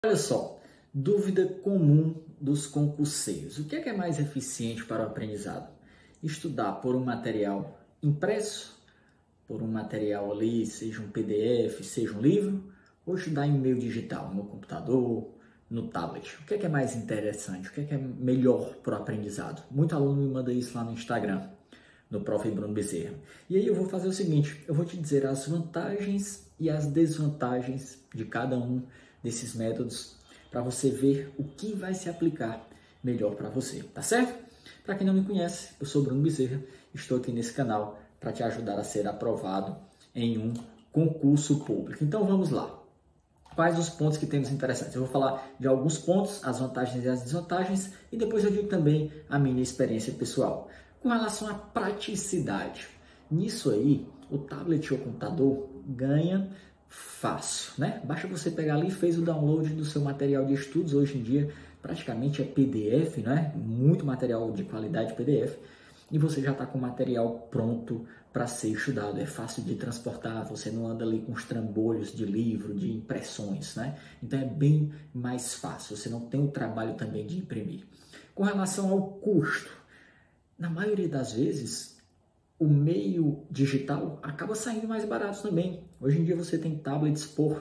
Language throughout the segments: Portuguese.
Olha só, dúvida comum dos concurseiros. O que é mais eficiente para o aprendizado? Estudar por um material impresso, por um material ali, seja um PDF, seja um livro, ou estudar em meio digital, no computador, no tablet? O que é mais interessante? O que é melhor para o aprendizado? Muito aluno me manda isso lá no Instagram, no Prof. Bruno Bezerra. E aí eu vou fazer o seguinte, eu vou te dizer as vantagens e as desvantagens de cada um desses métodos para você ver o que vai se aplicar melhor para você, tá certo? Para quem não me conhece, eu sou Bruno Bezerra, estou aqui nesse canal para te ajudar a ser aprovado em um concurso público. Então vamos lá. Quais os pontos que temos interessantes? Eu vou falar de alguns pontos, as vantagens e as desvantagens, e depois eu digo também a minha experiência pessoal. Com relação à praticidade, nisso aí, o tablet ou o computador ganha fácil, né? Basta você pegar ali e fez o download do seu material de estudos. Hoje em dia praticamente é PDF, né? Muito material de qualidade PDF, e você já está com o material pronto para ser estudado. É fácil de transportar, você não anda ali com os trambolhos de livro, de impressões, né? Então é bem mais fácil, você não tem o trabalho também de imprimir. Com relação ao custo, na maioria das vezes, o meio digital acaba saindo mais barato também. Hoje em dia você tem tablets por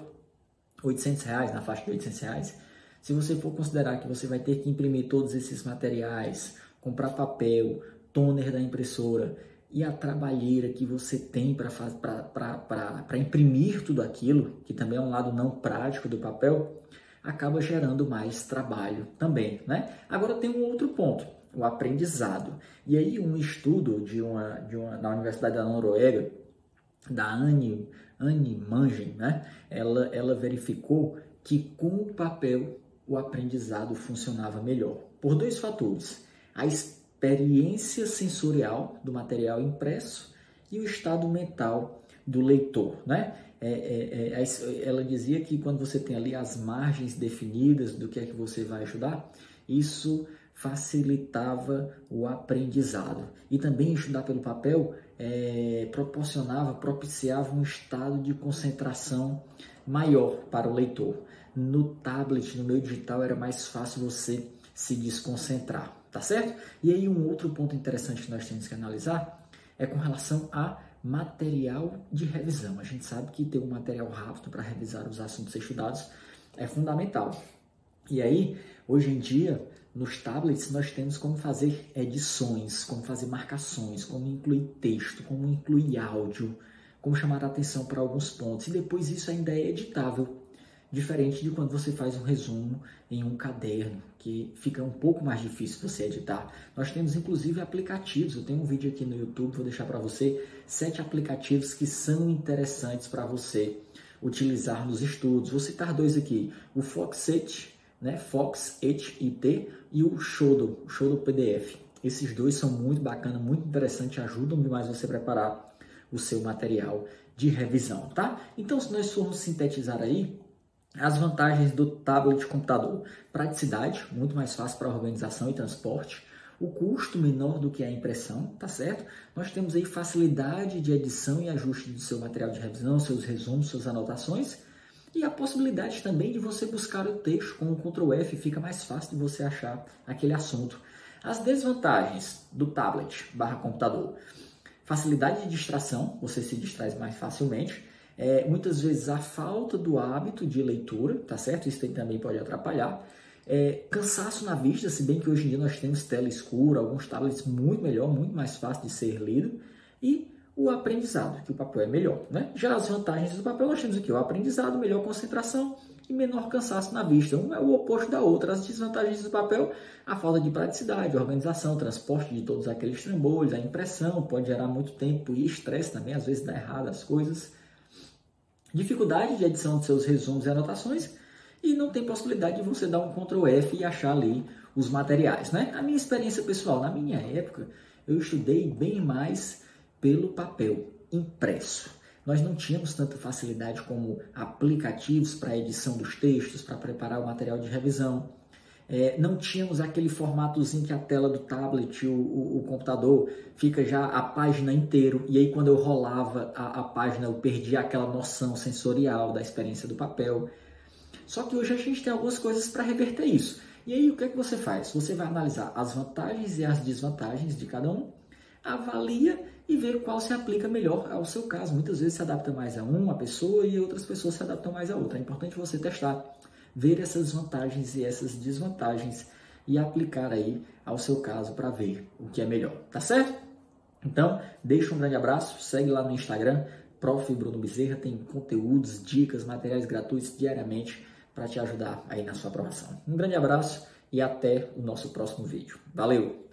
R$800, na faixa de R$800. Se você for considerar que você vai ter que imprimir todos esses materiais, comprar papel, toner da impressora e a trabalheira que você tem para imprimir tudo aquilo, que também é um lado não prático do papel, acaba gerando mais trabalho também, né? Agora tem um outro ponto, o aprendizado. E aí um estudo na Universidade da Noruega, da Anne Mangen, né? Ela verificou que com o papel o aprendizado funcionava melhor, por dois fatores: a experiência sensorial do material impresso e o estado mental do leitor, né? Ela dizia que quando você tem ali as margens definidas do que é que você vai estudar, isso facilitava o aprendizado. E também estudar pelo papel propiciava um estado de concentração maior para o leitor. No tablet, no meio digital, era mais fácil você se desconcentrar, tá certo? E aí um outro ponto interessante que nós temos que analisar é com relação a material de revisão. A gente sabe que ter um material rápido para revisar os assuntos estudados é fundamental. E aí, hoje em dia, nos tablets, nós temos como fazer edições, como fazer marcações, como incluir texto, como incluir áudio, como chamar a atenção para alguns pontos. E depois isso ainda é editável, diferente de quando você faz um resumo em um caderno, que fica um pouco mais difícil você editar. Nós temos inclusive aplicativos, eu tenho um vídeo aqui no YouTube, vou deixar para você 7 aplicativos que são interessantes para você utilizar nos estudos. Vou citar 2 aqui, o Foxit, né? Foxit e o Shodo PDF. Esses 2 são muito bacanas, muito interessantes, ajudam demais você a preparar o seu material de revisão, tá? Então, se nós formos sintetizar aí, as vantagens do tablet computador: praticidade, muito mais fácil para organização e transporte, o custo menor do que a impressão, tá certo? Nós temos aí facilidade de edição e ajuste do seu material de revisão, seus resumos, suas anotações, e a possibilidade também de você buscar o texto com o Ctrl F, fica mais fácil de você achar aquele assunto. As desvantagens do tablet/computador: facilidade de distração, você se distrai mais facilmente. Muitas vezes a falta do hábito de leitura, tá certo? Isso também pode atrapalhar. Cansaço na vista, se bem que hoje em dia nós temos tela escura, alguns tablets muito melhor, muito mais fácil de ser lido. E o aprendizado, que o papel é melhor, né? Já as vantagens do papel, nós temos aqui o aprendizado, melhor concentração e menor cansaço na vista. Um é o oposto da outra. As desvantagens do papel: a falta de praticidade, organização, transporte de todos aqueles trambolhos, a impressão pode gerar muito tempo e estresse também, às vezes dá errado as coisas. Dificuldade de edição de seus resumos e anotações, e não tem possibilidade de você dar um Ctrl F e achar ali os materiais, né? A minha experiência pessoal, na minha época, eu estudei bem mais pelo papel impresso. Nós não tínhamos tanta facilidade como aplicativos para edição dos textos, para preparar o material de revisão. Não tínhamos aquele formatozinho que a tela do tablet, o computador, fica já a página inteira, e aí quando eu rolava a página eu perdia aquela noção sensorial da experiência do papel. Só que hoje a gente tem algumas coisas para reverter isso. E aí o que é que você faz? Você vai analisar as vantagens e as desvantagens de cada um, avalia e vê qual se aplica melhor ao seu caso. Muitas vezes se adapta mais a uma pessoa e outras pessoas se adaptam mais a outra. É importante você testar, ver essas vantagens e essas desvantagens e aplicar aí ao seu caso para ver o que é melhor, tá certo? Então, deixa um grande abraço, segue lá no Instagram, Prof. Bruno Bezerra, tem conteúdos, dicas, materiais gratuitos diariamente para te ajudar aí na sua aprovação. Um grande abraço e até o nosso próximo vídeo. Valeu!